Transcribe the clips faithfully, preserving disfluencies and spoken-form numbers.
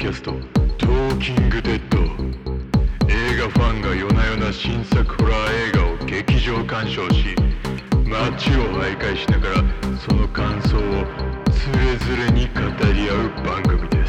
キャストトーキングデッド。映画ファンが夜な夜な新作ホラー映画を劇場鑑賞し、街を徘徊しながらその感想をつれづれに語り合う番組です。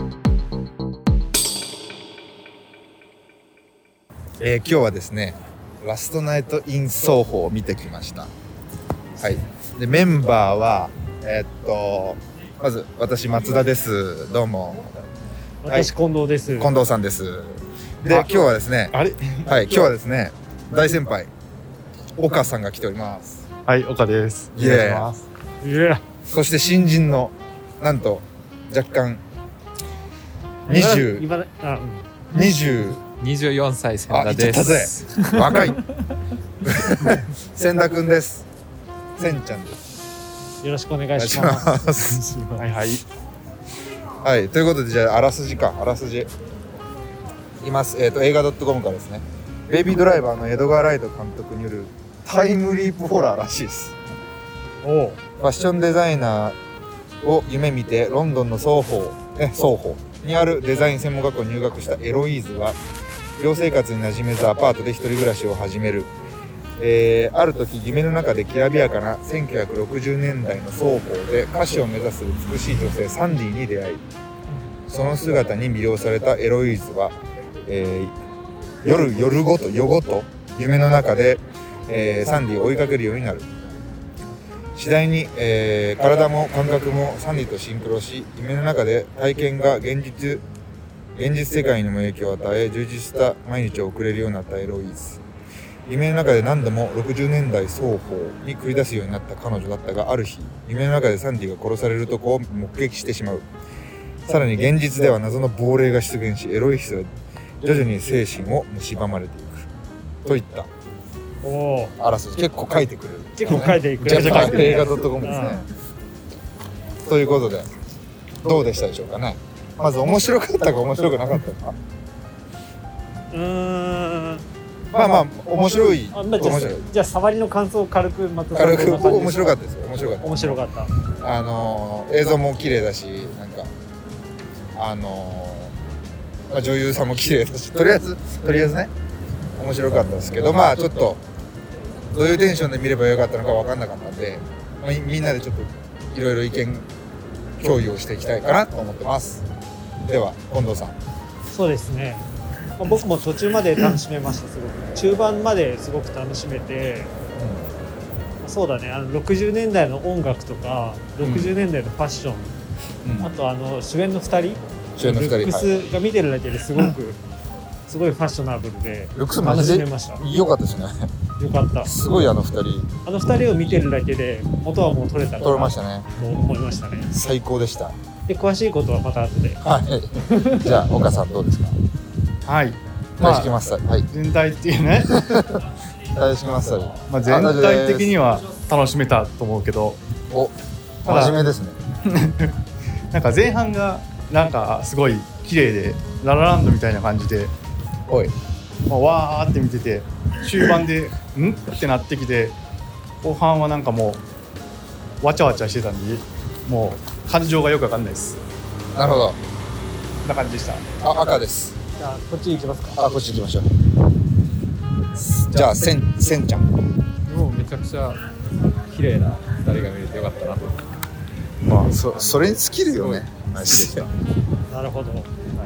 えー、今日はですねラストナイトインソーホを見てきました。はい。でメンバーはえー、っとまず私松田です。どうも。 私、はい、近藤です。 近藤さんです。で今日はですねあれはい今日はですね大先輩岡さんが来ております。 はい、岡です。 イエーイ。 イエーイ。 そして新人のなんと若干にじゅう、 あ、 うん、にじゅうにじゅうよんさい千田です。 あ、若い千田くんです。千ちゃんです。 よろしくお願いしますはいはいはい、ということでじゃああらすじかあらすじいます。えっ、ー、と映画 .com からですね。ベイビードライバーのエドガー・ライト監督によるタイムリープホラーらしいです。 おう。 ファッションデザイナーを夢見てロンドンのソーホー、ね、ソーホーにあるデザイン専門学校に入学したエロイーズは寮生活に馴染めずアパートで一人暮らしを始める。えー、ある時夢の中できらびやかなせんきゅうひゃくろくじゅうねんだいの双方で歌手を目指す美しい女性サンディに出会い、その姿に魅了されたエロイーズは、えー、夜夜ごと夜ごと夢の中で、えー、サンディを追いかけるようになる。次第に、えー、体も感覚もサンディとシンクロし、夢の中で体験が現実現実世界にも影響を与え充実した毎日を送れるようになったエロイーズ。夢の中で何度もろくじゅうねんだい双方に繰り出すようになった彼女だったが、ある日夢の中でサンディが殺されるとこを目撃してしまう。さらに現実では謎の亡霊が出現し、エロイスは徐々に精神を蝕まれていくといったおあらすじ。結構書いてくれる、 結構書いてくれるジャパン映画 .com ですね。ということでどうでしたでしょうかね。まず面白かったか面白くなかったか。 うーんまあまあ面白い。 あ、まあ、じゃあ、じゃあ触りの感想を軽くまた軽く面白かったですよ。面白かった。 面白かった。 あのー、映像も綺麗だし、なんかあのーまあ、女優さんも綺麗だし、とりあえずとりあえずね面白かったですけど、まあちょっとどういうテンションで見ればよかったのか分かんなかったんで、まあ、みんなでちょっといろいろ意見共有をしていきたいかなと思ってます。では近藤さん。 そうですね、まあ、僕も途中まで楽しめました。すごく中盤まですごく楽しめて、うん、そうだね、あのろくじゅうねんだいの音楽とかろくじゅうねんだいのファッション、うん、あとあの主演のふたり主演のふたりルックスが見てるだけですごく、はい、すごいファッショナブルでルックス楽しめました。 良かったですね。 よかった。 すごいあのふたりあのふたりを見てるだけで元はもう取れたかな取れましたねと思いましたね。 最高でした。 で詳しいことはまた後で。 はいじゃあ岡さんどうですか。 はい、 大式マッサージ、はい、 全体的にね大式マッサージ、 まあ、全体的には楽しめたと思うけど、 お真面目ですねなんか前半がなんかすごい綺麗でララランドみたいな感じで、 おい、 まあ、わーって見てて、中盤でんってなってきて、後半はなんかもうわちゃわちゃしてたんで、もう感情がよくわかんないです。 なるほど。 こんな感じでした。 あ、赤です。 じゃあこっち行きますか。 あ、こっち行きましょう。じゃあせん、せんちゃん。 もうめちゃくちゃ綺麗なふたりが見れてよかったなと。 まあ そ, それに尽きるよね。 好きでしたなるほど、はい、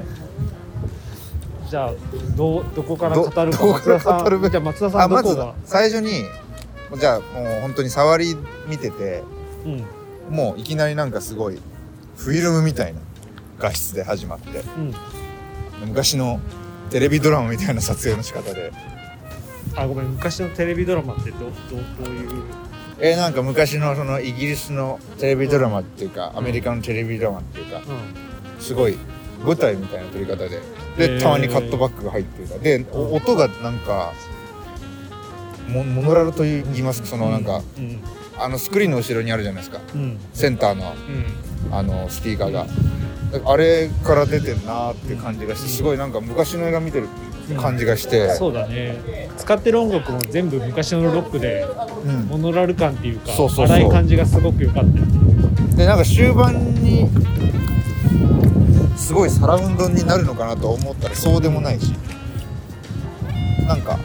じゃあ ど, どこから語るか。 松田さん、 じゃあ松田さんどこが、 まず最初にじゃあもう本当に触り見てて、うん、もういきなりなんかすごいフィルムみたいな画質で始まって、うん、昔のテレビドラマみたいな撮影の仕方で。 あ、ごめん、昔のテレビドラマってど ど, どういうえー、なんか昔のそのイギリスのテレビドラマっていうか、うん、アメリカのテレビドラマっていうか、うん、すごい舞台みたいな撮り方で、で、えー、たまにカットバックが入ってるで、うん、音がなんかモ, モノラルと言いますか、そのなんか、うん、あのスクリーンの後ろにあるじゃないですか、うん、センターの、うん、あのスピーカーが、うん、あれから出てんなーって感じがして、すごいなんか昔の映画見てる感じがして、 うん、そうだね。使ってる音楽も全部昔のロックで、うん、モノラル感っていうか、そうそうそう、荒い感じがすごく良かったよ。 でなんか終盤にすごいサラウンドになるのかなと思ったらそうでもないし、なんか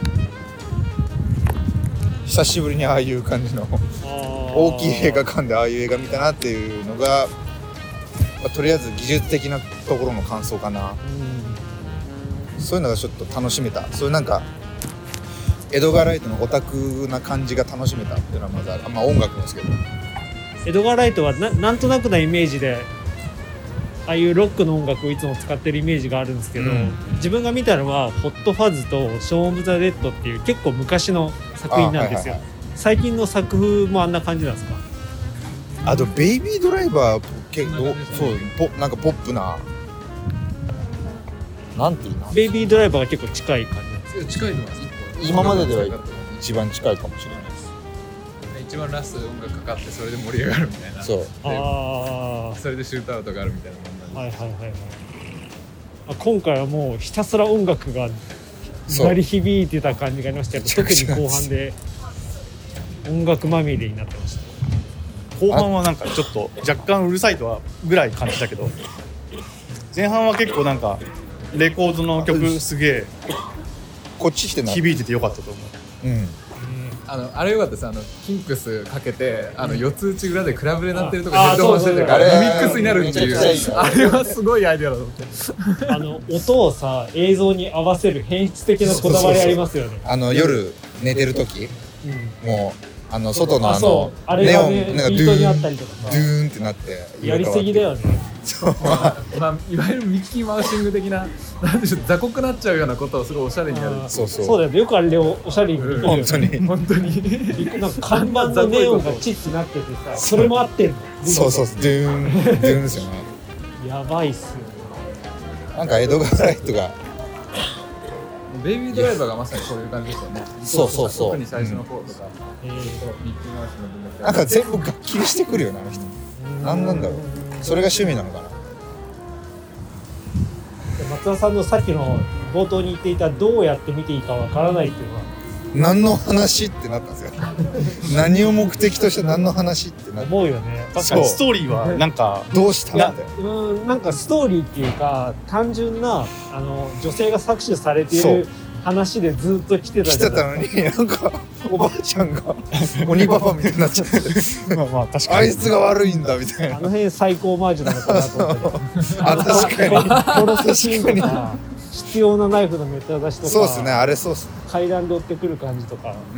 久しぶりにああいう感じの大きい映画館でああいう映画見たなっていうのが、まあ、とりあえず技術的なところの感想かな、うん、そういうのがちょっと楽しめた。そういうなんかエドガー・ライトのオタクな感じが楽しめたっていうのはまずある。まあ音楽もですけど、 エドガー・ライトは な, なんとなくなイメージでああいうロックの音楽をいつも使ってるイメージがあるんですけど、うん、自分が見たのはホットファズとショーン・オブ・ザ・デッドっていう結構昔の作品なんですよ、はいはいはい、最近の作風もあんな感じなんですか？ あとベイビードライバー結構そうポなんかポップななんていうのベイビードライバーが結構近い感じなんですよ。 近いのは今まででは一番近いかもしれないです。 一番ラスト音楽かかってそれで盛り上がるみたいな。 そうあそれでシュートアウトがあるみたいなもんなんで、 はいはいはいはい、あ今回はもうひたすら音楽が鳴り響いてた感じがありましたけど、特に後半で音楽まみれになってました。 後半はなんかちょっと若干うるさいとはぐらい感じたけど、前半は結構なんかレコードの曲すげえこっち来て響いててよかったと思う。 うん、 あのあれよかったです。あのキンクスかけてあの四つ打ち裏でクラブで鳴ってるとかヘッドホンしててからリミックスになるっていう、あれはすごいアイデアだと思ってあの音をさ映像に合わせる変質的なこだわりありますよね。 そうそうそう、あの夜寝てる時、うん、もうあの外のあのあれがね、なんかドゥーンにあったりとかさ、 ドゥーンってなってやりすぎだよね。 そう、まあまあ、いわゆるミッキーマウシング的な、なんでしょう、雑魚くなっちゃうようなことをすごいおしゃれにやる。 そうそう。 そうだよね。よくあれをおしゃれにできるよね。 本当に本当に。 なんか看板のネオンがチッチなっててさ、それも合ってんの。 そうそうそう。ドゥーンドゥーンですよね。 やばいっすよ。 なんかエドガー・ライトが。 ベイビードライバーがまさにそういう感じですよね。 そうそうそう。 特に最初の方とか、 うん、えー、 ミッキーマウスの分だけ。 なんか全部楽器にしてくるよね、あの人。なんなんだろう。それが趣味なのかな。 松田さんのさっきの冒頭に言っていたどうやって見ていいかわからないっていうのは何の話ってなったんですよ。何を目的として何の話ってなった。 思うよね。 確かにストーリーはなんかどうしたみたいな。 うん、なんかストーリーっていうか単純なあの女性が搾取されている話でずっと来てたじゃないですか。 来てたのになんかおばあちゃんが鬼パパみたいになっちゃってまあまあ確かにあいつが悪いんだみたいな。 あの辺最高マージュなのかなと思ってあ確かに殺すシーンとか必要なナイフのメタ出しとか、 そうですね、あれそうっすね、 階段で追ってくる感じとか、 うん、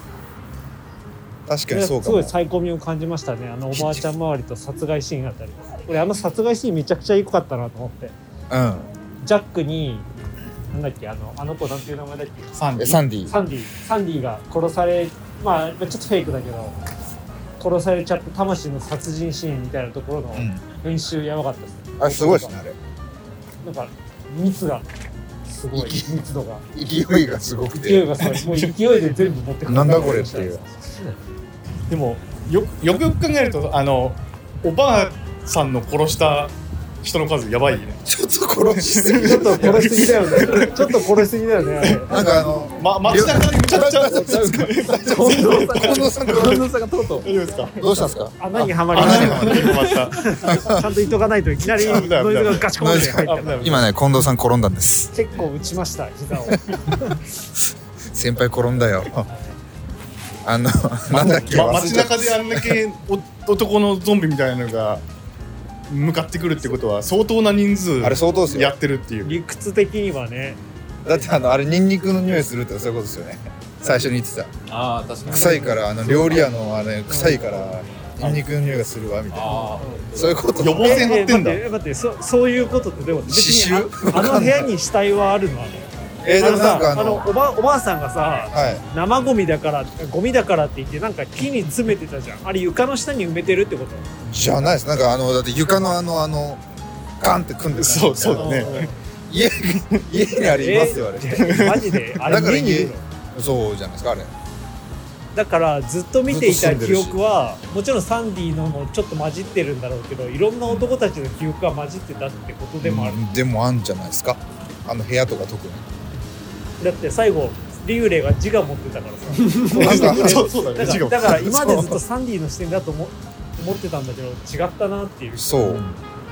確かにそうかも。 すごい最高味を感じましたね。あのおばあちゃん周りと殺害シーンあたり、俺あの殺害シーンめちゃくちゃ良かったなと思って、 うん、 ジャックになんだっけ、あのあの子なんていう名前だっけ、 サンディサンディサンディサンディが殺され、まあちょっとフェイクだけど殺されちゃって魂の殺人シーンみたいなところの編集やばかったですね、 うん、あれすごいですね。あれなんか密がすごい、密度が勢いがすごくて勢いがすごい、もう勢いで全部持ってくる。 なんだこれっていう。 でもよよくよく考えるとあのおばあさんの殺した人の数やばいね。 ちょっと殺しすぎちょっと殺しすぎだよね。ちょっと殺しすぎだよね。あれなんかあの、 ま、街中でむちゃくちゃ近藤さん近藤さんがとうとう大丈夫ですか？ どうしたんですか？ 穴にはまりました。 またちゃんと言っとかないといきなりノイズがガチコンって入ったから。 今ね、近藤さん転んだんです。 結構打ちました膝を。 先輩転んだよ。あのなんだっけ、 ま、街中であんだけお男のゾンビみたいなのが向かってくるってことは相当な人数あれ相当ですよやってるっていう。 理屈的にはね。 だってあのあれニンニクの匂いするってそういうことですよね。最初に言ってた。 ああ確かに。 臭いからあの料理屋のあれ臭いからニンニクの匂いがするわみたいな。そういうこと。 予防線張ってんだ。 ええ、待って待って、そそういうことってでも別に刺繍あの部屋に死体はあるのはね。 えー、でもなんかあのあのおばおばあさんがさ、 はい、 生ゴミだからゴミだからって言ってなんか木に詰めてたじゃん。あれ床の下に埋めてるってこと？ じゃないです。なんかあのだって床のあのあのガンって組んでた。 そうそうだね。 家家にあれいますよあれ。 マジであれだから家にいるの？ そうじゃないですかあれ。 だからずっと見ていた記憶はもちろんサンディのもちょっと混じってるんだろうけど、いろんな男たちの記憶が混じってたってことでもある。 うん、でもあんじゃないですか。あの部屋とか特に。 だって最後リュウレイが自我持ってたからさ。 なんかそうそうだね。 だからだから今までずっとサンディの視点だと思思ってたんだけど違ったなっていう。 そう。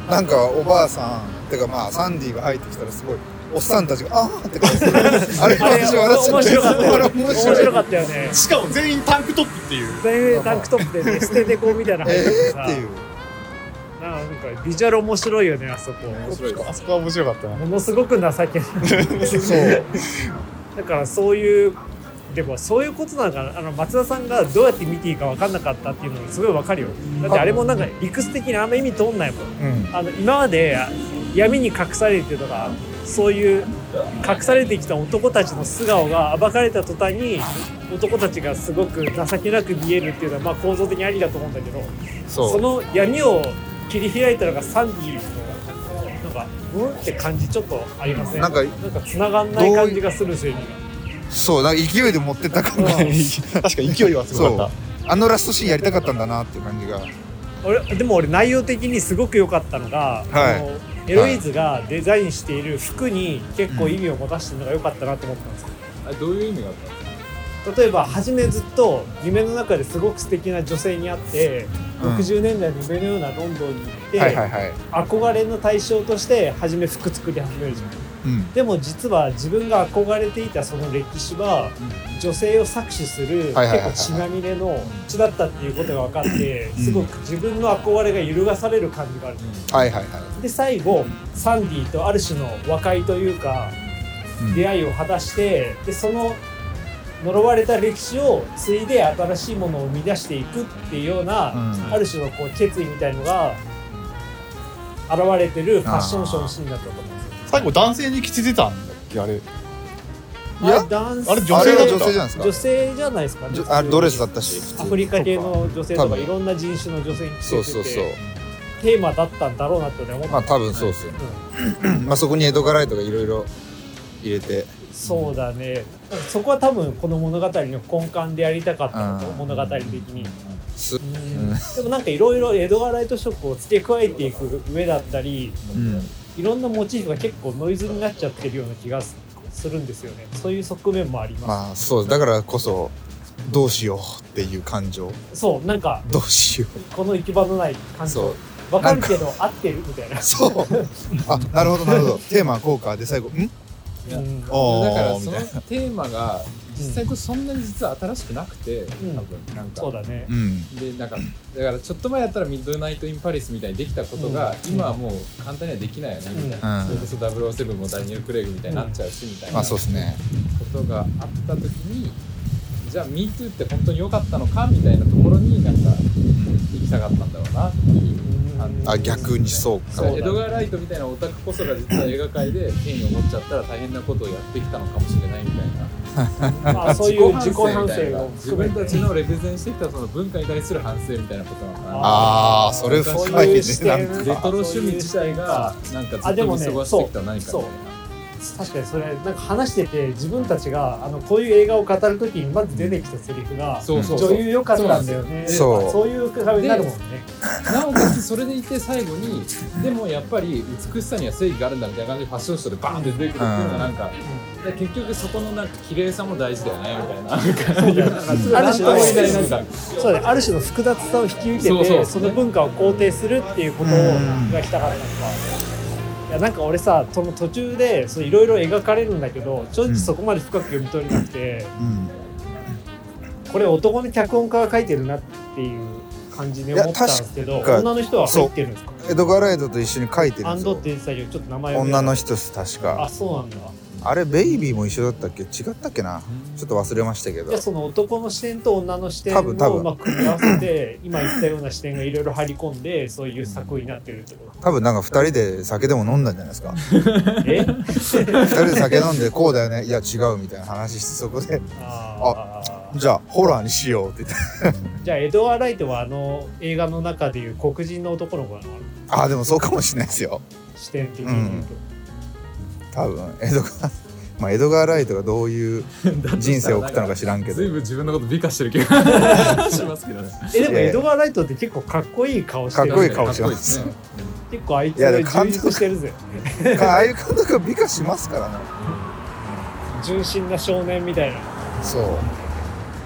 なんかおばあさんてかまあサンディが入ってきたらすごいおっさんたちがあーって顔するあれ私笑っちゃ面白かったよ面面白い白かったよね。 しかも全員タンクトップっていう全員タンクトップでね、捨ててこうみたいなの入っててさ、 えーっていうなんかビジュアル面白いよね、あそこ。 面白いですあそこは面白かったなものすごく情けないそうだからそういうでもそういうことなのかな。あの松田さんがどうやって見ていいか分かんなかったっていうのがすごい分かるよ。だってあれもなんか理屈的にあんま意味通んないもん。 うんあの今まで闇に隠されてるとかそういう隠されてきた男たちの素顔が暴かれた途端に男たちがすごく情けなく見えるっていうのはまあ構造的にありだと思うんだけど、 そうその闇を切り開いたのがサンディのなんかうんって感じちょっとありません？ なんかなんか繋がんない感じがするんですよ。 そうなんか勢いで持ってった感が確かに勢いはすごかっあのラストシーンやりたかったんだなっていう感じが俺でも俺内容的にすごく良かったのが、 はいあのエロイズがデザインしている服に結構意味を持たせてるのが良かったなと思ったんですよ。 あれどういう意味があったんですか？ 例えば初めずっと夢の中ですごく素敵な女性に会って、 うんろくじゅうねんだいの夢のようなロンドンに行って、 はいはいはい憧れの対象として初め服作り始めるじゃん。 うんでも実は自分が憧れていたその歴史は女性を搾取するはいはいはいはい結構血まみれの血だったっていうことが分かってすごく自分の憧れが揺るがされる感じがある。 はいはいはいで最後サンディとある種の和解というかうん出会いを果たしてでその呪われた歴史を継いで新しいものを生み出していくっていうような、 うんある種のこう決意みたいのが現れてるファッションショーのシーンだったと思うんですよ。 た最後男性に着せてたんだっけあれいや男性あれ女あれは性だった女性じゃないですか女性じゃないですかね。 じょあドレスだったしアフリカ系の女性とか多分いろんな人種の女性に着せててそうそうそうテーマだったんだろうなって思った。 まあ多分そうっすよねうんまあそこにエドガライトがいろいろ入れてそうだね。そこは多分この物語の根幹でやりたかったのとうん物語的に。 すうんでもなんかいろいろエドガーライト色を付け加えていく上だったり、 うんいろんなモチーフが結構ノイズになっちゃってるような気がするんですよね。そういう側面もあります。 まあそうだからこそどうしようっていう感情そうなんかどうしよこの行き場のない感そう情。わかるけど合ってるみたいな。 うそうあなるほどなるほどテーマはこうかで最後んいやうんおーだからそのみたいなテーマが実際こそんなに実は新しくなくて、 ん多分なんかそうだね。 うんでなんかだからちょっと前やったらミッドナイト・イン・パリスみたいにできたことが、 うん今はもう簡単にはできないよねみたいな、 うんそれこそダブルオーセブンもダニエル・クレイグみたいになっちゃうし、みたいなまあそうですねことがあった時にじゃあ ミートゥー って本当に良かったのかみたいなところになんか行きたかったんだろうなっていう感じ。 あ逆にそうかだからエドガー・ライトみたいなオタクこそが実は映画界で権威を持っちゃったら大変なことをやってきたのかもしれないみたいなまあそういう自己反みたいな省を自含めて分たちのレプゼンしてきたその文化に対する反省みたいなことなのかな。 ああそれ深いそういうね視点なんかレトロ趣味自体がなんかずっと見過ごしてきた何かみたいな。 確かにそれなんか話してて自分たちがあのこういう映画を語るときにまず出てきたセリフがそうそうそう女優良かったんだよね。 そうそういう壁になるもんね。 なおかつそれでいて最後にでもやっぱり美しさには正義があるんだみたいな感じでファッションショーでバーンって出てくるっていうのがなんか、で結局そこのなんか綺麗さも大事だよねみたいな。 そうだよある種のなんとも言えないなんかそうだね、ある種の複雑さを引き受けてそうそうその文化を肯定するっていうことがしたかったのか。いやなんか俺さその途中でいろいろ描かれるんだけど正直そこまで深く読み取れなくて、 うんこれ男の脚本家が書いてるなっていう感じで思ったんですけどいや確か女の人は入ってるんですか？ エドガー・ライトと一緒に書いてるアンんですよドって言ってたけどちょっと名前を女の人です確あかそうなんだ。 あれベイビーも一緒だったっけ違ったっけなちょっと忘れましたけどじゃあその男の視点と女の視点を多分多分うまく組み合わせて今言ったような視点がいろいろ入り込んでそういう作品になってるってこ多分なんか二人で酒でも飲んだんじゃないですかとえ二人で酒飲んでこうだよねいや違うみたいな話してそこであーじゃあホラーにしようって言ってじゃあエドワー・ライトはあの映画の中でいう黒人の男の子なのかなああでもそうかもしれないですよ視点的に言うと、 多分エドガーまあエドガー・ライトがどういう人生を送ったのか知らんけど随分自分のこと美化してる気がしますけどね。 えでもエドワー・ライトって結結構かっこいい顔してるかっこいい顔してますかっこいいですね。 結構あいついやで充も監督実してるぜああいう監督が美化しますからね純真な少年みたいなそう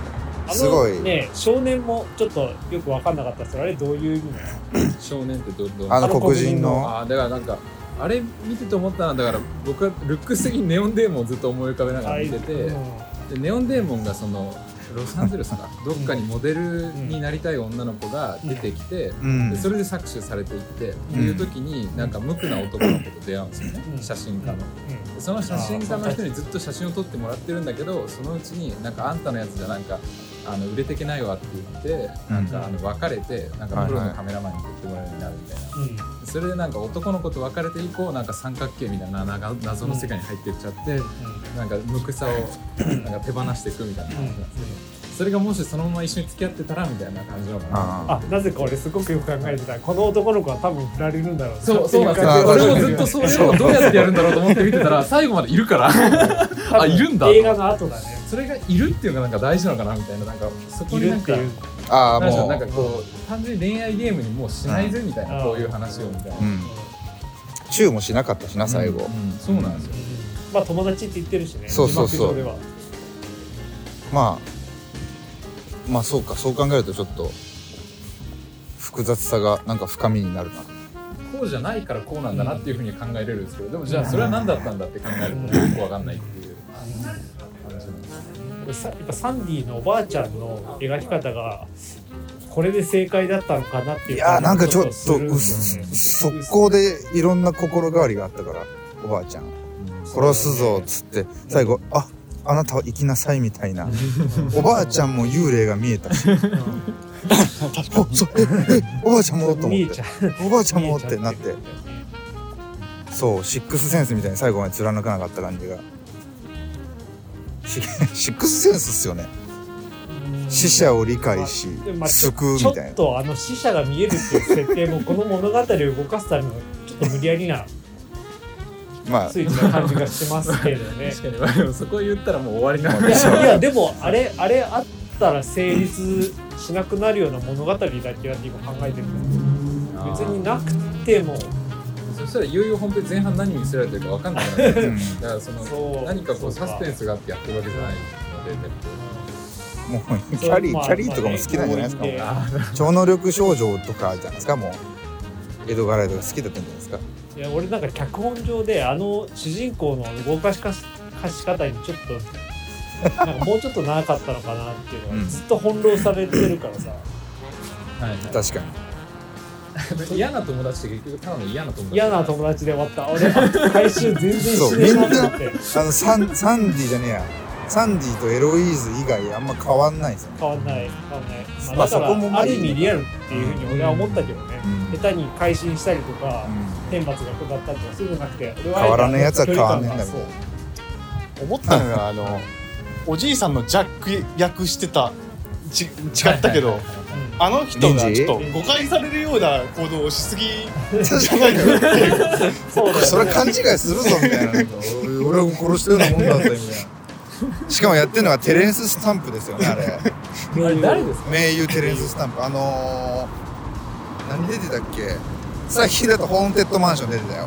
あすごいのね少年もちょっとよく分かんなかったですけど、あれどういう意味なの？ 少年ってどどあの黒人のあだからなんかあれ見てて思ったのは、だから僕はルックス的にネオンデーモンをずっと思い浮かべながら見てて、でネオンデーモンがそのロサンゼルスかどっかにモデルになりたい女の子が出てきて、 うんでそれで搾取されていって、っていう時になんか無垢な男の子と出会うんですよね、 うん写真家の。でその写真家の人にずっと写真を撮ってもらってるんだけど、そのうちになんかあんたのやつじゃなんかあの売れてけないわって言って、なんかあの別れてなんかプロのカメラマンに撮ってもらえるようになるみたいな、 うん、 それでなんか男の子と別れて以降なんか三角形みたいな謎の世界に入っていっちゃって、なんか無垢さをなんか手放していくみたいな感じなんですけど、それがもしそのまま一緒に付き合ってたらみたいな感じなのかな。 あ、なぜか俺すごくよく考えてた、この男の子は多分振られるんだろう、 そうそうなんですよ。 あ俺もずっとそれをどうやってやるんだろうと思って見てたら最後までいるからあ、いるんだ。 映画の後だね。 それがいるっていうのがなんか大事なのかなみたいな、なんかそこになんかいるっていうああもうなんかこう単純に恋愛ゲームにもうしないぜみたいな、 うんこういう話をみたいな、 うんチューもしなかったしな最後、 うんうんそうなんですよ。 まあ友達って言ってるしね。 そうそうそう字幕上ではまあまあそうか、そう考えるとちょっと複雑さがなんか深みになるな。 こうじゃないからこうなんだなっていうふうに考えれるんですけど、でもじゃあそれは何だったんだって考えるとよくわかんないっていう感じなんです。 やっぱサンディのおばあちゃんの描き方がこれで正解だったのかなっていういやーなんかちょっとするんうですよね。 速攻でいろんな心変わりがあったから、おばあちゃん殺すぞっつって最後、ああなたは生きなさいみたいなおばあちゃんも幽霊が見えたしおそええおばあちゃんもと思って見えちゃうおばあちゃんもってなってそうシックスセンスみたいに最後まで貫かなかった感じがシシックスセンスっすよね。死者を理解しまあ救うみちょたいな。 っとあの死者が見えるっていう設定もこの物語を動かすためのちょっと無理やりなまあスイッチな感じがしますけどね。 確かに、まあでもそこ言ったらもう終わりなのいやいやでもあれあれあったら成立しなくなるような物語だけだって今考えてるんだけど、別になくてもそしたらいよいよ本当に前半何見せられてるか分かんなくなるうんだからそのそう何かこうそうかサスペンスがあってやってるわけじゃないので、 もうキャリーキャリーとかも好きなんじゃないですか。もうあ超能力少女とかじゃないですか。もう江戸川ライドが好きだったんじゃないですか。 いや俺なんか脚本上であの主人公の動かしかし方にちょっとなんかもうちょっと長かったのかなっていうのうんがずっと翻弄されてるからさ、 はいはい確かに。 嫌な友達って結局ただの嫌な友達嫌な友達で終わった俺回収全然そうしねえなとみんな思ってあのサンサンディじゃねえやサンディとエロイーズ以外あんま変わんないですよね。 変わんない変わんない、まあ、 まあだからそこもまあある意味リアルっていうふうに俺は思ったけどね、 うん下手に改心したりとか、 う天罰が下ったりとかそういうのなくて俺は変わらないやつは変わんねえんだみたいな。 思ったのがあのおじいさんのジャック役してたち違ったけど、あの人がちょっと誤解されるような行動をしすぎじゃないかなっていうそうだよねそれは勘違いするぞみたいな。なんか俺俺を殺したようなもんだぜみたいな。しかもやってるのがテレンス・スタンプですよねあれ。 あれ誰ですか？ 名優テレンス・スタンプあのー、何出てたっけ。最近だとホーンテッドマンション出てたよ。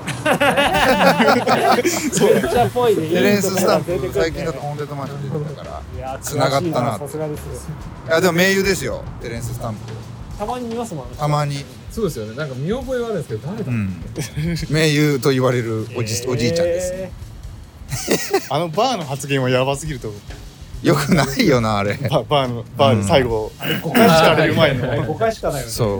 めっちゃっぽいねテレンス・スタンプ出てくるね最近だとホーンテッドマンション出てたから。 いや繋がったなさすがですよいやでも名優ですよテレンス・スタンプ。 たまに見ますもんたまに、 そうですよね。なんか見覚えはあるんですけど誰だ？ うん、名優と言われるおじ,、おじいちゃんです。 えあのバーの発言はやばすぎると思う。 よくないよなあれ。 ババーのバーで最後、 ーあれごかいしかないようまいのあれごかいしかないよねそう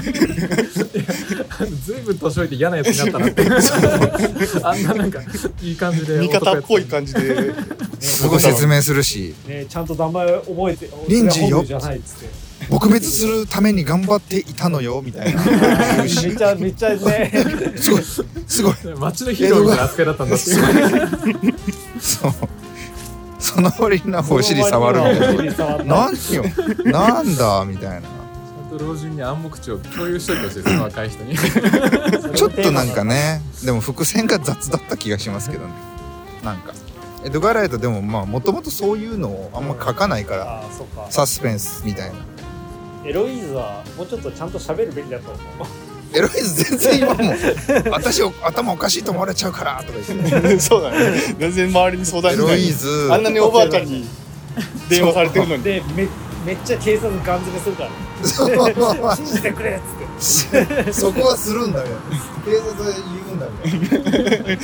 ずいぶん年老いて嫌なやつになったなってあんななんかいい感じで味方っぽい感じですごい説明するし、 ねちゃんと名前覚えてリンジーよそれは本名じゃないっつって撲滅するために頑張っていたのよみたいな言うしめっちゃめっちゃねすごいすごい街のヒーローみたいな扱いだったんだっていうそうその割になお尻触るみたいお尻触ったな何よなんだみたいな。 ちゃんと老人に暗黙知を共有しといてほしいですその若い人にちょっとなんかねでも伏線が雑だった気がしますけどね。なんかエドガー・ライトでもまあもともとそういうのをあんま書かないからああそっかサスペンスみたいな。 エロイーズはもうちょっとちゃんと喋るべきだと思うエロイズ全然今も私を頭おかしいと思われちゃうからとか言ってそうだね全然周りに相談エロしないイズあんなにおばあちゃんに電話されてるのにでめめっちゃ警察ガン詰めするから信じてくれっつってそこはするんだよ警察は言うんだよ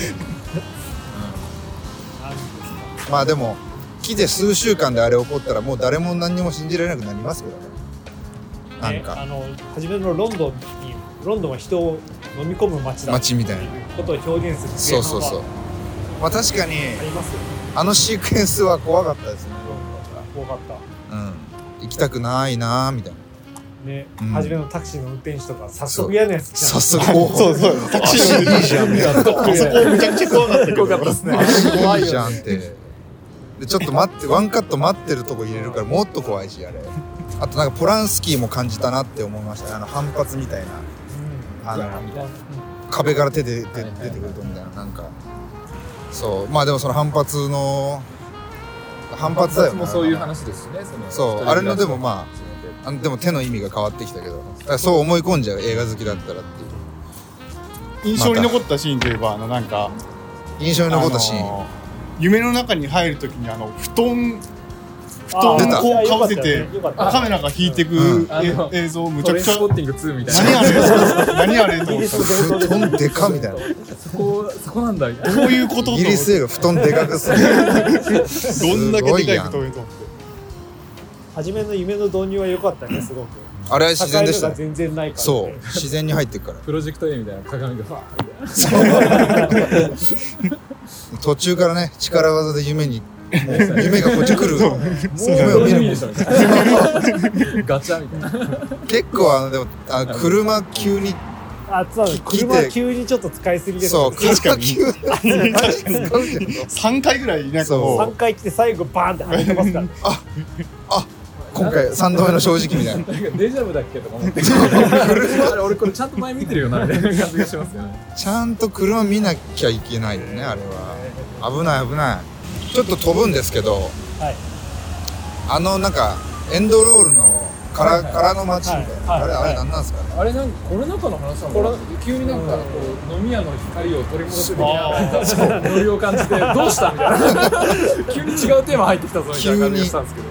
まあでも来て数週間であれ起こったらもう誰も何にも信じられなくなりますけどね。なんか、 ね、あの初めのロンドンにロンドンは人を飲み込む街だ街みたいなことを表現するそうそうそう。まあ確かにありますよね。 あのシークエンスは怖かったですね。 怖かったうん行きたくないなーみたいなね、 うん、 初めのタクシーの運転手とか早速嫌なやつじゃん。 早速そうそうタクシーのいいじゃんみたいなあそこめちゃくちゃ怖かったけど怖かったですね。 怖いじゃんってでちょっと待ってワンカット待ってるとこ入れるからもっと怖いしあれあとなんかポランスキーも感じたなって思いましたね。あの反発みたいなあの壁から手で出てくるとみたいななんかそうまあでもその反発の反発だよね。 もそういう話ですしね。 そのそうあれのでもまああのでも手の意味が変わってきたけどだからそう思い込んじゃう映画好きだったらっていう印象に残ったシーンといえばあのなんか印象に残ったシーン、あのー、 夢の中に入るときにあの布団布団をこうかぶせてカメラが引いてく、うん、映像むちゃくちゃトレインスポッティングツーみたいな何あれ何あれと思った布団でかみたいなそこそこなんだみたいなどういうことイギリス映画布団でかくするどんだけでかい布団と思って初めの夢の導入は良かったねすごく。 あれは自然でした、 ね、全然ないから、ね、 そう自然に入っていくからプロジェクト A みたいな鏡がファーみたいな途中からね力技で夢にもう夢がこっち来るもう夢を見るでしょみたいなガチャみたいな結構あのでもあの車急にあそうだ車急にちょっと使いすぎですそう車急にさんかいぐらいなんかもうさんかい来て最後バーンって跳ねてますからああ今回さんどめの正直みたいななんかデジャブだっけとか思ってあれ俺これちゃんと前見てるよなみたいな感じがしますよね。 ちゃんと車見なきゃいけないよねあれは。危ない危ない。ちょっと飛ぶんですけど、はい、あのなんかエンドロールのから、はいはい、からの街みたいな、はいはい、あれあれ何なんですかね。 あれなんかコロナ禍の話なのか急になんかこう飲み屋の光を取り戻す的なノリを感じてどうしたみたいな急に違うテーマ入ってきたぞみたいな感じがしたんですけど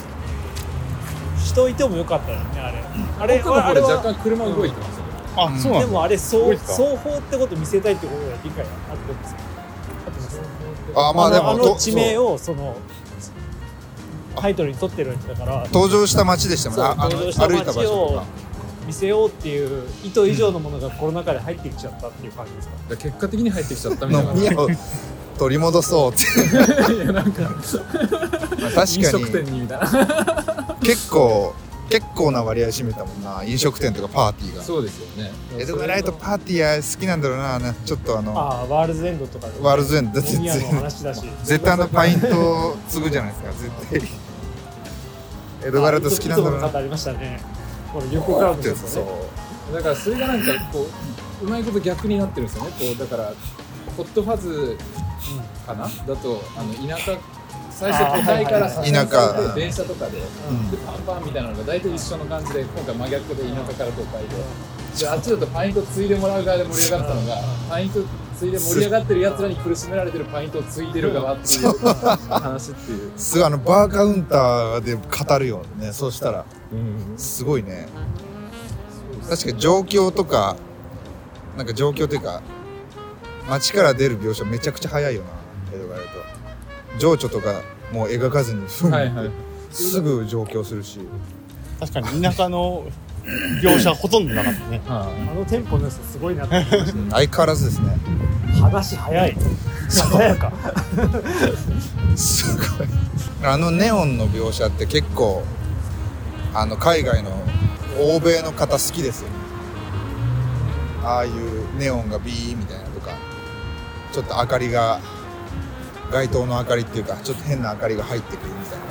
人いてもよかったよねあれ。あれ僕の方で若干車動いてますよね。 あ、うん、そうなんだ。 でもあれ双方ってこと見せたいってことが理解あってことですよ。 あまあでもあの地名をそのタイトルに取ってるんだから登場した街でしたもんね。 登場した街を見せようっていう意図以上のものがコロナ禍で入ってきちゃったっていう感じですか。 結果的に入ってきちゃったみたいな。 飲み屋を取り戻そうっていやなんかまあ確かに飲食店にみたいな結構結構な割合占めたもんな飲食店とかパーティーが。 そうですよね。 エドガーライトパーティーは好きなんだろうな。ちょっとあのあワールズエンドとかで、ね、 ワールズエンド飲み屋の話だし絶対あのパイント継ぐじゃないですか絶対エドガーライト好きなんだろうな。 ありましたね。これ横からのやつね。 だからそれがなんかこううまいこと逆になってるんですよね。こうだからホットファズかな、うん、だとあの田舎最初都会から田舎電車とかで、うん、でパンパンみたいなのが大体一緒の感じで今回真逆で田舎から都会で、であっちだとパイントついでもらう側で盛り上がったのがパイントついで盛り上がってるやつらに苦しめられてるパイントをついでる側っていう話っていうすごいあのバーカウンターで語るよね。そうしたら、うん、すごいね。確かに状況とかなんか状況というか街から出る描写めちゃくちゃ早いよなエドガーライト。情緒とかもう描かずにすぐ、はいはい、すぐ上京するし。 確かに田舎の描写ほとんどなかったねあのテンポの良さすごいなって思いました、ね、 相変わらずですね。 話早い鮮やかすごいあのネオンの描写って結構あの海外の欧米の方好きですよね。ああいうネオンがビーみたいなとかちょっと明かりが街灯の明かりっていうかちょっと変な明かりが入ってくるみたいな。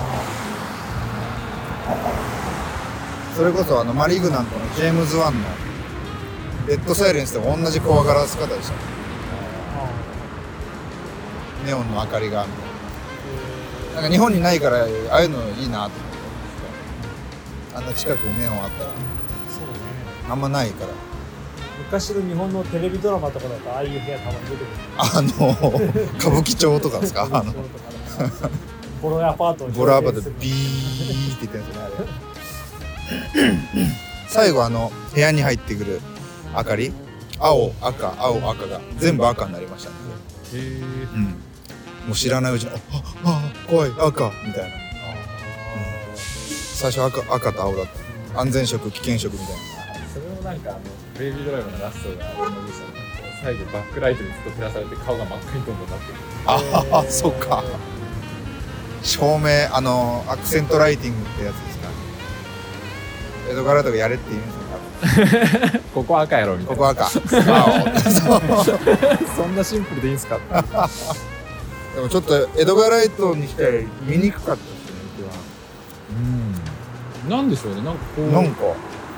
それこそあのマリグナントのジェームズ・ワンのレッドサイレンスでも同じ怖がらす方でした、ね、ネオンの明かりがみたいな。なんか日本にないからああいうのいいなと思って。あんな近くにネオンあったらそう、ね、あんまないから。 昔の日本のテレビドラマとかだとああいう部屋たまに出てくる。 あの歌舞伎町とかですかあのボロアパートをボロアパートでビーって言ってるんですよねあれ最後あの部屋に入ってくる明かり青赤青赤が全部赤になりましたね。 へえ。 うん、もう知らないうちにあああ怖い赤みたいな、うん、最初赤赤と青だった安全色危険色みたいな。 それもなんかあのベイビードライブのラストが思い出したのが最後バックライトにずっと照らされて顔が真っ赤にどんどんなってる。 ああそうか照明あのアクセントライティングってやつですか。江戸川とかやれって言うんですよここ赤やろみたいな。 ここ赤そんなシンプルでいいんすかでもちょっと江戸川ライトにして見にくかったですね僕は。 うんなんでしょうねなんかこうなんか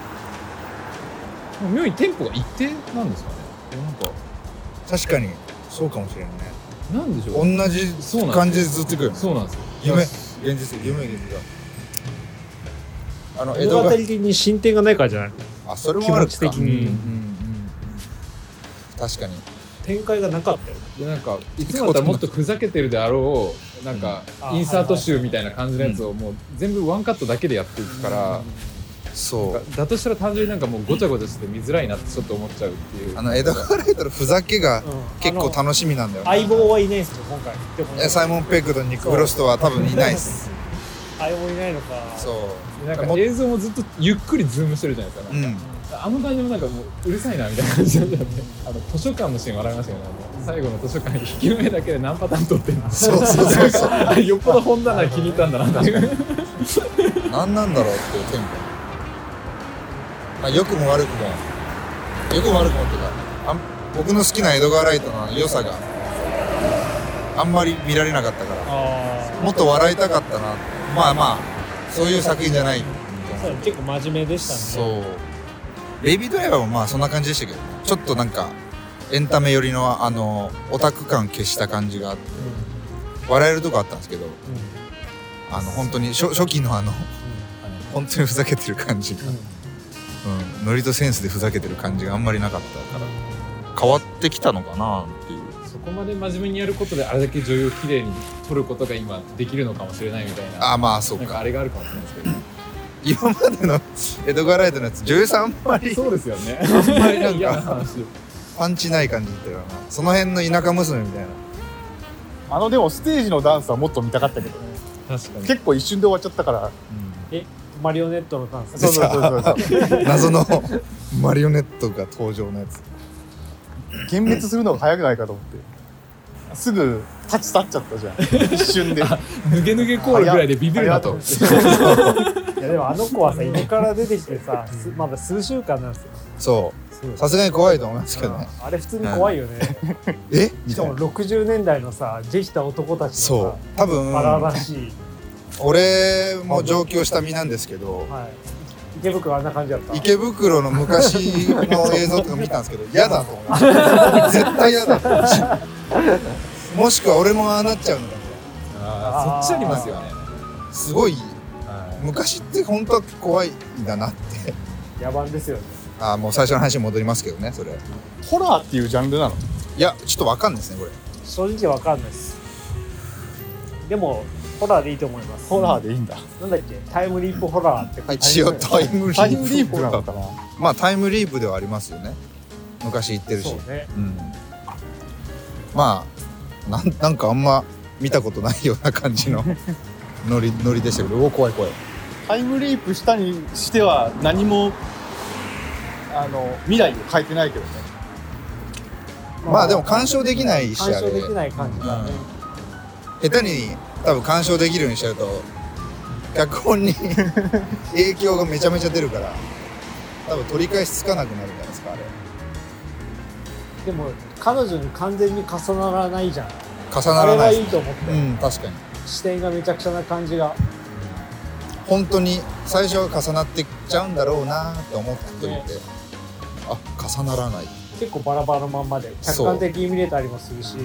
妙にテンポが一定なんですかね。なんか確かにそうかもしれんね。 なんでしょう同じ感じでずっといくよね。 そうなんですよ。 夢現実夢現実だ。あの江物語戸川的に進展がないからじゃない。 あそれもあるか。 気持ち的に、 うんうんうん、確かに展開がなかったよ。 でなんかいつもだったらもっとふざけてるであろうなんかインサート集みたいな感じのやつをもう全部ワンカットだけでやっていくから、 そうだとしたら単純になんかもうごちゃごちゃして見づらいなってちょっと思っちゃうっていう。 あの江戸川ライトのふざけが結構楽しみなんだよね。 相棒はいないですよ今回。でもサイモン・ペックとニック・フロストは多分いないです相棒いないのか。 そうなんか映像もずっとゆっくりズームしてるじゃないですか。なんか、うん、あの感じもなんかもううるさいなみたいな感じなんだよね。あの図書館のシーン笑いましたけど、ね、最後の図書館に引きの絵だけで何パターン撮ってるの。 そうそうそうそうよっぽど本棚気に入ったんだなっていう何なんだろうっていうテンポ、まあ、良くも悪くも良くも悪くもっていうかあ僕の好きな江戸川ライトの良さがあんまり見られなかったからもっと笑いたかったな。まあまあそういう作品じゃない。 そう結構真面目でしたね。 そうベイビードライバーもまあそんな感じでしたけど、ちょっとなんかエンタメ寄りのあのオタク感消した感じがあって、うん、笑えるとこあったんですけど、うん、あの本当に 初, 初期のあの、うん、本当にふざけてる感じが、うんうん、ノリとセンスでふざけてる感じがあんまりなかったから変わってきたのかなっていう。 そこまで真面目にやることであれだけ女優をきれいに撮ることが今できるのかもしれないみたいな。 あまあそうか。 なんかあれがあるかもしれないですけど今までの江戸川ライトのやつ女優さんあんまりそうですよねあんまりなんかパンチない感じだったよな。その辺の田舎娘みたいな。 あのでもステージのダンスはもっと見たかったけどね。 確かに結構一瞬で終わっちゃったから、うん、 えマリオネットのダンス。 そうそうそうそう謎のマリオネットが登場のやつ幻滅するのが早くないかと思ってすぐ立ち去っちゃったじゃん一瞬で抜け抜けコールぐらいでビビるなと。 いやでもあの子はさ家から出てきてさまだ数週間なんですよ。 そうさすがに怖いと思いますけどね。 あれ普通に怖いよね、 うん、えしかもろくじゅうねんだいのさできた男たちのさそう多分バラらしい。 俺も上京した身なんですけど、 はい、池袋あんな感じだった。 池袋の昔の映像とか見たんですけど嫌だと思います絶対嫌だと思いますもしくは俺もああなっちゃうのかみたいな。 あそっちありますよね。 すごい、はい、昔って本当は怖いんだなって野蛮ですよね。 あもう最初の話に戻りますけどね。それホラーっていうジャンルなの？ いやちょっとわかんないですねこれ。 正直わかんないです。でもホラーでいいと思います。 ホラーでいいんだ。 なんだっけタイムリープホラーって。 一応タイムリープ。 タイムリープなのかな。 まあタイムリープではありますよね。昔言ってるし。 そうね。 うん。まあなんなんかあんま見たことないような感じのノリノリでしたけど、お怖い怖い。 タイムリープしたにしては何もあの未来を変えてないけどね。 まあでも干渉できないしあれ。 干渉できない感じだね。 うん、下手に多分干渉できるようにしちゃうと脚本に影響がめちゃめちゃ出るから多分取り返しつかなくなるんじゃないですかあれ。 でも彼女に完全に重ならないじゃん。 重ならない、 あれがいいと思って、 うん、確かに視点がめちゃくちゃな感じが本当に最初は重なってっちゃうんだろうなって思っておいて、ね、あ重ならない。 結構バラバラのまんまで客観的に見れたりもするし、うん、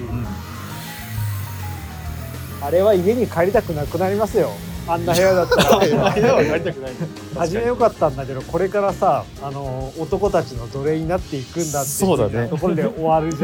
あれは家に帰りたくなくなりますよ。あんな部屋だったら部屋は帰りたくない初め良かったんだけどこれからさあの男たちの奴隷になっていくんだっていうところで終わるじゃん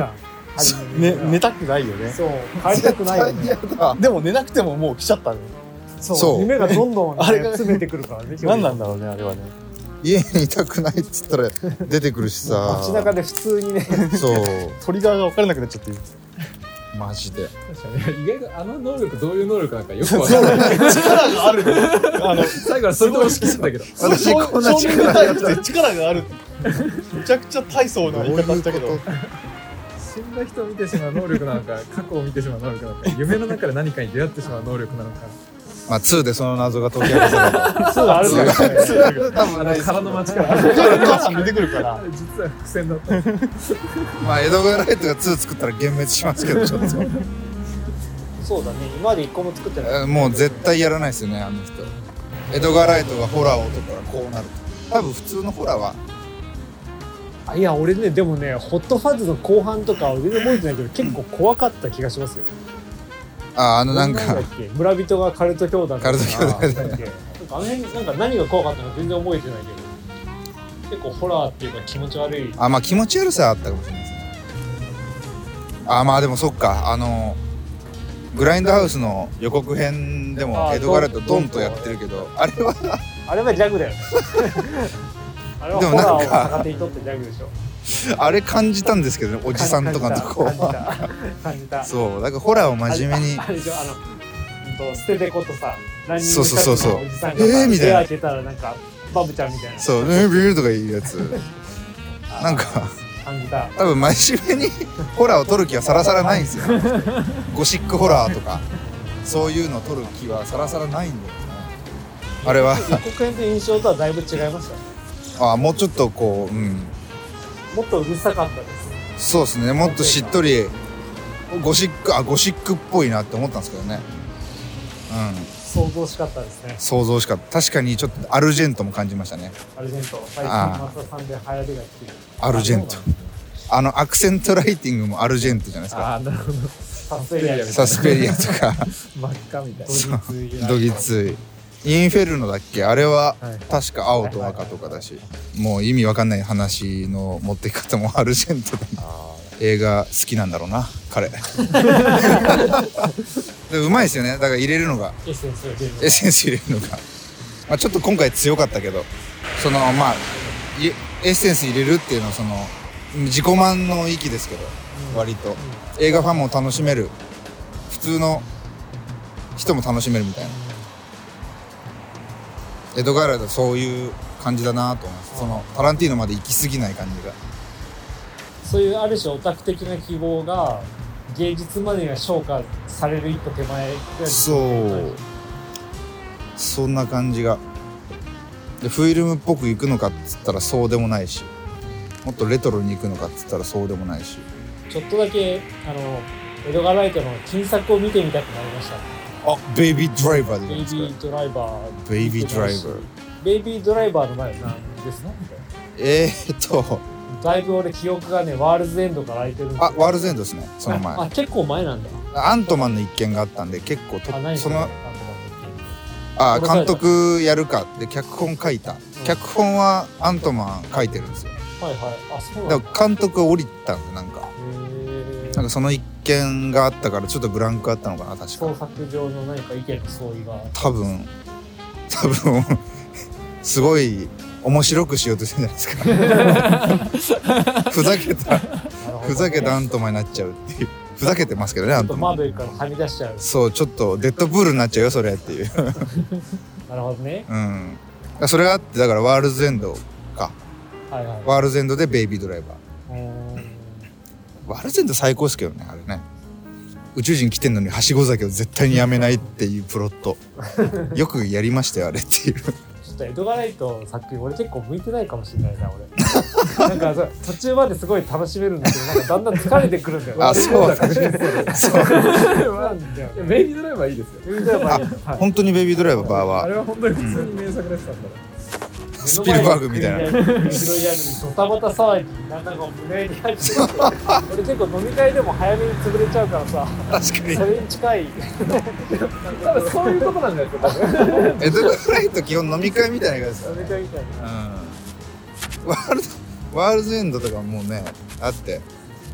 ね、寝たくないよね。 そう帰りたくないよね。 でも寝なくてももう来ちゃったね。 そうそう夢がどんどん、ね、 あれが詰めてくるからね。 何なんだろうねあれはね。 家にいたくないっつったら出てくるしさ街中で普通にねそうトリガーが分からなくなっちゃってる。 マジで確かに意外とあの能力どういう能力なのかよくわからない。 力があるあの最後はそれと押し切ってたけど私こんな少年力タイプで力がある。めちゃくちゃ大層な言い方したけど。 死んだ人を見てしまう能力なのか過去を見てしまう能力なのか夢の中で何かに出会ってしまう能力なのかまあツーでその謎が解き明かされたそうあるからね。 多分あの空の街から出てくるから。 実は伏線だったまあエドガー・ライトがツー作ったら幻滅しますけどちょっとそうだね今まで一個も作ってない。 えーもう絶対やらないですよねあの人。エドガー・ライトがホラーを解ったらこうなる。多分普通のホラーはあいや俺ねでもねホットファズの後半とかは全然覚えてないけど結構怖かった気がしますよ。 ああのなんかだっけ村人がカルト教団カルト教団だっけなんかあの辺なんか何が怖かったのか全然覚えてないけど結構ホラーっていうか気持ち悪い。 あまあ気持ち悪さはあったかもしれないですね。あまあでもそっかあのグラインドハウスの予告編でもあエドガー・ライトドンとやってるけどあれはあれはギャグだよねあれはホラーを逆手にとってギャグでしょ。 あれ感じたんですけどねおじさんとかのとこ感じた感じたそうだからホラーを真面目にあれでしょあのうんと捨ててことさランニングそうそうそうそうおじさんがさえーみたいな部屋開けたらなんかバブちゃんみたいなそうねビールとかいうやつなんか感じた。 多分真面目にホラーを撮る気はさらさらないんですよゴシックホラーとかそういうのを撮る気はさらさらないんだよねあれは予告編と印象とはだいぶ違いましたね。 あもうちょっとこううんもっとうるさかったです。 そうですねもっとしっとりゴシックあゴシックっぽいなって思ったんですけどねうん想像しかったですね。 想像しかった確かにちょっとアルジェントも感じましたねアルジェント最ああ近松田さんで流行りが来てるアルジェントあのアクセントライティングもアルジェントじゃないですかああなるほどサスペリアサスペリアとか真っ赤みたいなそうどぎついインフェルノだっけあれははい確か青と赤とかだしもう意味わかんない話の持ってき方もアルジェントで映画好きなんだろうな彼でうまいですよねだから入れるのがエッセンスが出るのエッセンス入れるのが、まあ、ちょっと今回強かったけどそのまあいエッセンス入れるっていうのはその自己満の域ですけど、うん、割と、うん、映画ファンも楽しめる普通の人も楽しめるみたいなエドガー・ライトそういう感じだなと思います。そのタランティーノまで行き過ぎない感じがそういうある種オタク的な希望が芸術までには昇華される一歩手前ぐらいそうそんな感じがでフィルムっぽく行くのかっつったらそうでもないしもっとレトロに行くのかっつったらそうでもないしちょっとだけあのエドガー・ライトの金作を見てみたくなりました。 あベイビードライバーでベイいいですかビードライバーベイビードライバーベイビードライバーの前は何ですか。 えーっとだいぶ俺記憶がねワールズエンドから空いてるんですあワールズエンドですねその前あ結構前なんだ。 アントマンの一件があったんで結構とあ何そのああ監督やるかで脚本書いた、うん、脚本はアントマン書いてるんですよ。 はいはいあそうなんだ。 だから監督降りたんでなんかへなんかその一件があったからちょっとブランクあったのかな確か創作上の何か意見の相違が多分多分すごい面白くしようとしてるんじゃないですかふざけたふざけたアントマンになっちゃうっていうふざけてますけどねアントマンマーベルからはみ出しちゃう。 そうちょっとデッドプールになっちゃうよそれっていうなるほどね。 うんそれがあってだからワールズエンドかはいはいワールズエンドでベイビードライバーうーんワールズエンド最高ですけどねあれね宇宙人来てんのにはしご酒を絶対にやめないっていうプロットよくやりましたよあれっていうちょっとエドガー・ライトの作品俺結構向いてないかもしれないな俺なんか途中まですごい楽しめるんだけどなんかだんだん疲れてくるんだよあそうだそうなんだよね。 ベイビードライバーいいですよ。 ベイビードライバーいいあ本当にベイビードライバーはあれは本当に普通に名作でしたから。 スピルバーグみたいな広いやるにドタバタ騒ぎなんかこう胸に入ってる俺結構飲み会でも早めに潰れちゃうからさ確かにそれに近い多分そういうことなんだよ。多分エドガー・ライト基本飲み会みたいな感じですよね飲み会みたいなうんワールドワールズエンドとかもうねあって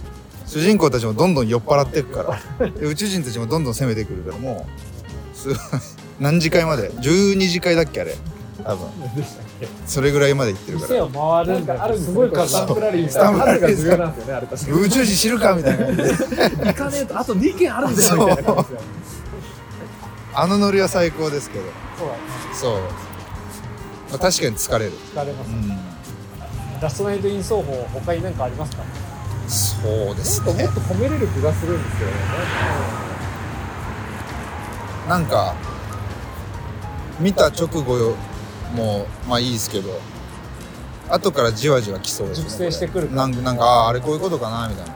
主人公たちもどんどん酔っ払っていくからで宇宙人たちもどんどん攻めてくるからもうすごい何次会までじゅうに次会だっけあれ多分それぐらいまで行ってるから店を回るんだあるんすごい数スタンプラリーみたいな数が重要なんですよねあれ確かに宇宙人知るかみたいな感じで行かねえとあとにけんあるんだよみたいな感じですよあのノリは最高ですけどそうだねそう、まあ、確かに疲れる、 疲れます、 うんラストナイトイン奏法他に何かありますか？ そうですもっとね褒めれる気がするんですけどねなんか見た直後もまあいいですけど後からじわじわ来そうですね熟成してくるなんかなんかあああれこういうことかなみたいな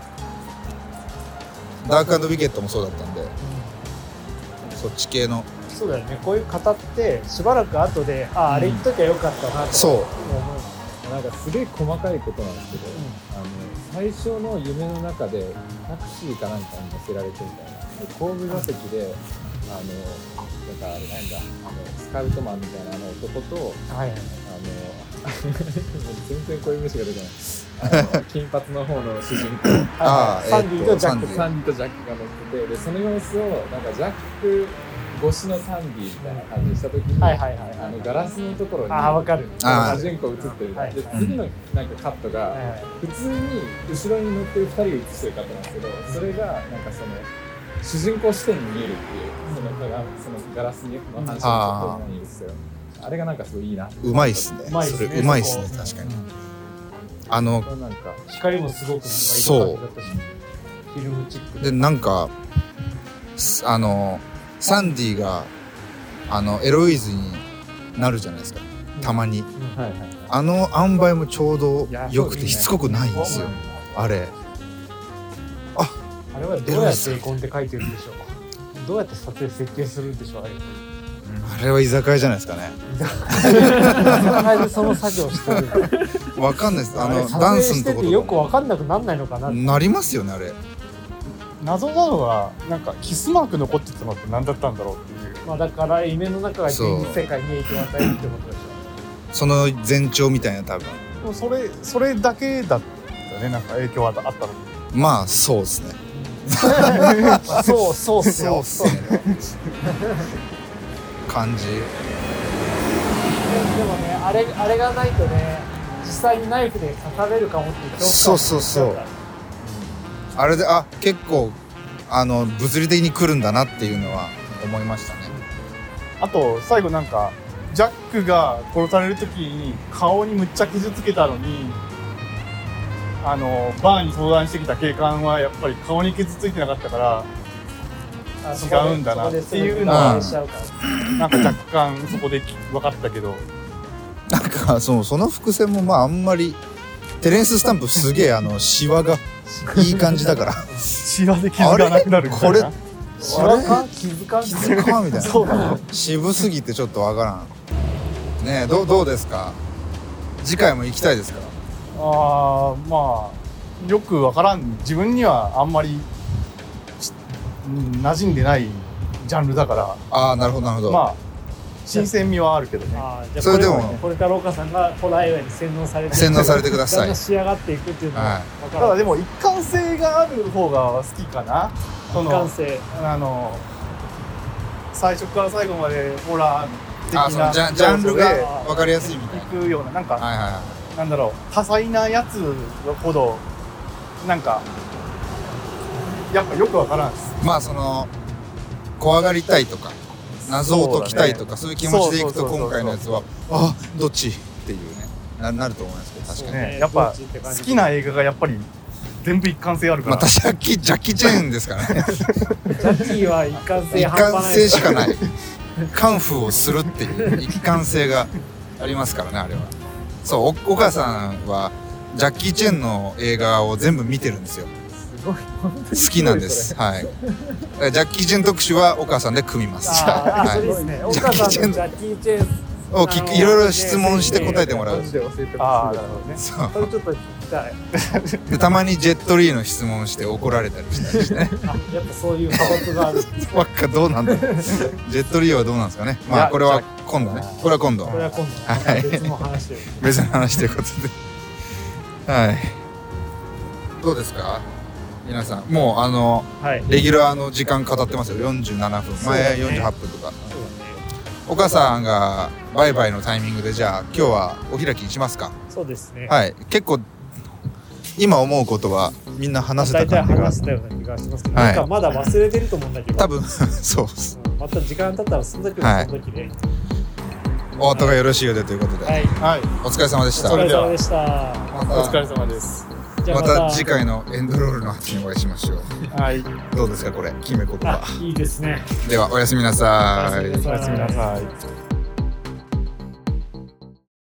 ダーク&ビケットもそうだったんで、そっち系のそうだよねこういう方ってしばらく後であああれ言っときゃよかったなとそう思うなんかすげえ細かいことなんですけど、あの最初の夢の中でタクシーかなんかに乗せられてみたいなで後部座席であのなんかあれなんだあのスカウトマンみたいなあの男とはいはいあの全然こういう飯が出てないあの金髪の方の主人公ああサンディとジャックえーとサンディとジャックが乗っててでその様子をなんかジャック越しのサンディみたいな感じにした時に、 はいはいはいあのガラスのところにああわかるあー主人公映ってる、 はいで次のなんかカットが、 はいはい普通に後ろに乗ってるふたりを映してるカットなんですけどそれがなんかその主人公視点に見えるっていうそのガラそのガラスにの反射のところにいるんですよあれがなんかすごいいいなうまいっすねうまいっすねそれうまいっすねそこ確かにあのなんか光もすごくなんかいい感じだったしフィルムチックでなんかすあのサンディがあのエロイズになるじゃないですかたまにはいはいあの塩梅もちょうど良くいやそうですねてしつこくないんですよあれあれはどうやって絵コンって書いてるんでしょうどうやって撮影設計するんでしょうあれあれは居酒屋じゃないですかねでその作業してるわかんないですあの撮ダン影してスのところてよくわかんなくなんないのかななりますよねあれ謎なのはなんかキスマーク残ってたのって何だったんだろうっていうまあだから夢の中が現実世界に影響を与えるってことでしその前兆みたいな多分でもそれそれだけだったねなんか影響あったあったのまあそうですねょまあそうそうっすよそうっすね感じでもねあれあれがないとね実際にナイフで刺されるかもっていう恐怖感そうそうそうあれであ結構あの物理的に来るんだなっていうのは思いましたねあと最後なんかジャックが殺される時に顔にむっちゃ傷つけたのにあのバーに相談してきた警官はやっぱり顔に傷ついてなかったからあ違うんだなっていうのはそこでそこでしちゃうからなんか若干そこで分かったけどなんかそのその伏線もまああんまりテレンス・スタンプすげえあのシワがいい感じだからシワで傷がなくなるみたいなあれシワか気づかん気づかんみたいなそうだね渋すぎてちょっとわからんねえどうどうですか次回も行きたいですかあーまあよく分からん自分にはあんまりしうん馴染んでないジャンルだからああなるほどなるほど、 まあ新鮮味はあるけどねあーじゃあそれでもこれから岡さんがホラー映画に洗脳されて洗脳されてくださいだんだん仕上がっていくっていうのははい分からんただでも一貫性がある方が好きかなその一貫性あの最初から最後までホラー的あそのなジャンジャンルが要素分かりやすいみたいで行くようななんか、 なはいはいはいなんだろう多彩なやつほどなんかやっぱよくわからんですまあその怖がりたいとか謎を解きたいとかそう,、いう気持ちでいくとそうそうそうそう今回のやつはあどっちっていうね な, なると思いますけど確かに、 ねやっぱ好きな映画がやっぱり全部一貫性あるから、 またジャッキージャッキーチェーンですからねジャッキーは一貫性一半端ない貫性しかないカンフーをするっていう一貫性がありますからねあれはそうお岡さんはジャッキー・チェンの映画を全部見てるんですよすごい好きなんですはいだからジャッキー・チェン特集は岡さんで組みますあー、 はいそうですね。 ジ岡ャッキーチェンさんのジャッキー・チェンを聞くいろいろ質問して答えてもらうマジで教えてほしいああなるほどねそうそれちょっと聞きたい。 でたまにジェットリーの質問して怒られたりしたりしてねあ、やっぱそういう派閥がある。 わっかどうなんだろうジェットリーはどうなんですかねまあこれは今度ねこれは今度これは今度はい別の話で。 別の話ということではいどうですか皆さんもうあのはいレギュラーの時間語ってますよ。よんじゅうななふん、 そうだね前よんじゅうはっぷんとか。 そうだねお母さんがバイバイのタイミングでじゃあ今日はお開きにしますか。 そうですねはい、結構今思うことはみんな話せた大体感じが話したような気がしますけど、 はいなんかまだ忘れてると思うんだけど多分そうです。 うんまた時間経ったらその時はその時で、 お後がよろしいようでということで、 はいはいお疲れ様でした。 お疲れそれでは様でしたお疲れ様ですじゃあまた次回のエンドロールの後にお会いしましょう。 はいどうですかこれ決め言葉。 あいいですねではおやすみなさい。 おやすみなさいおやすみなさい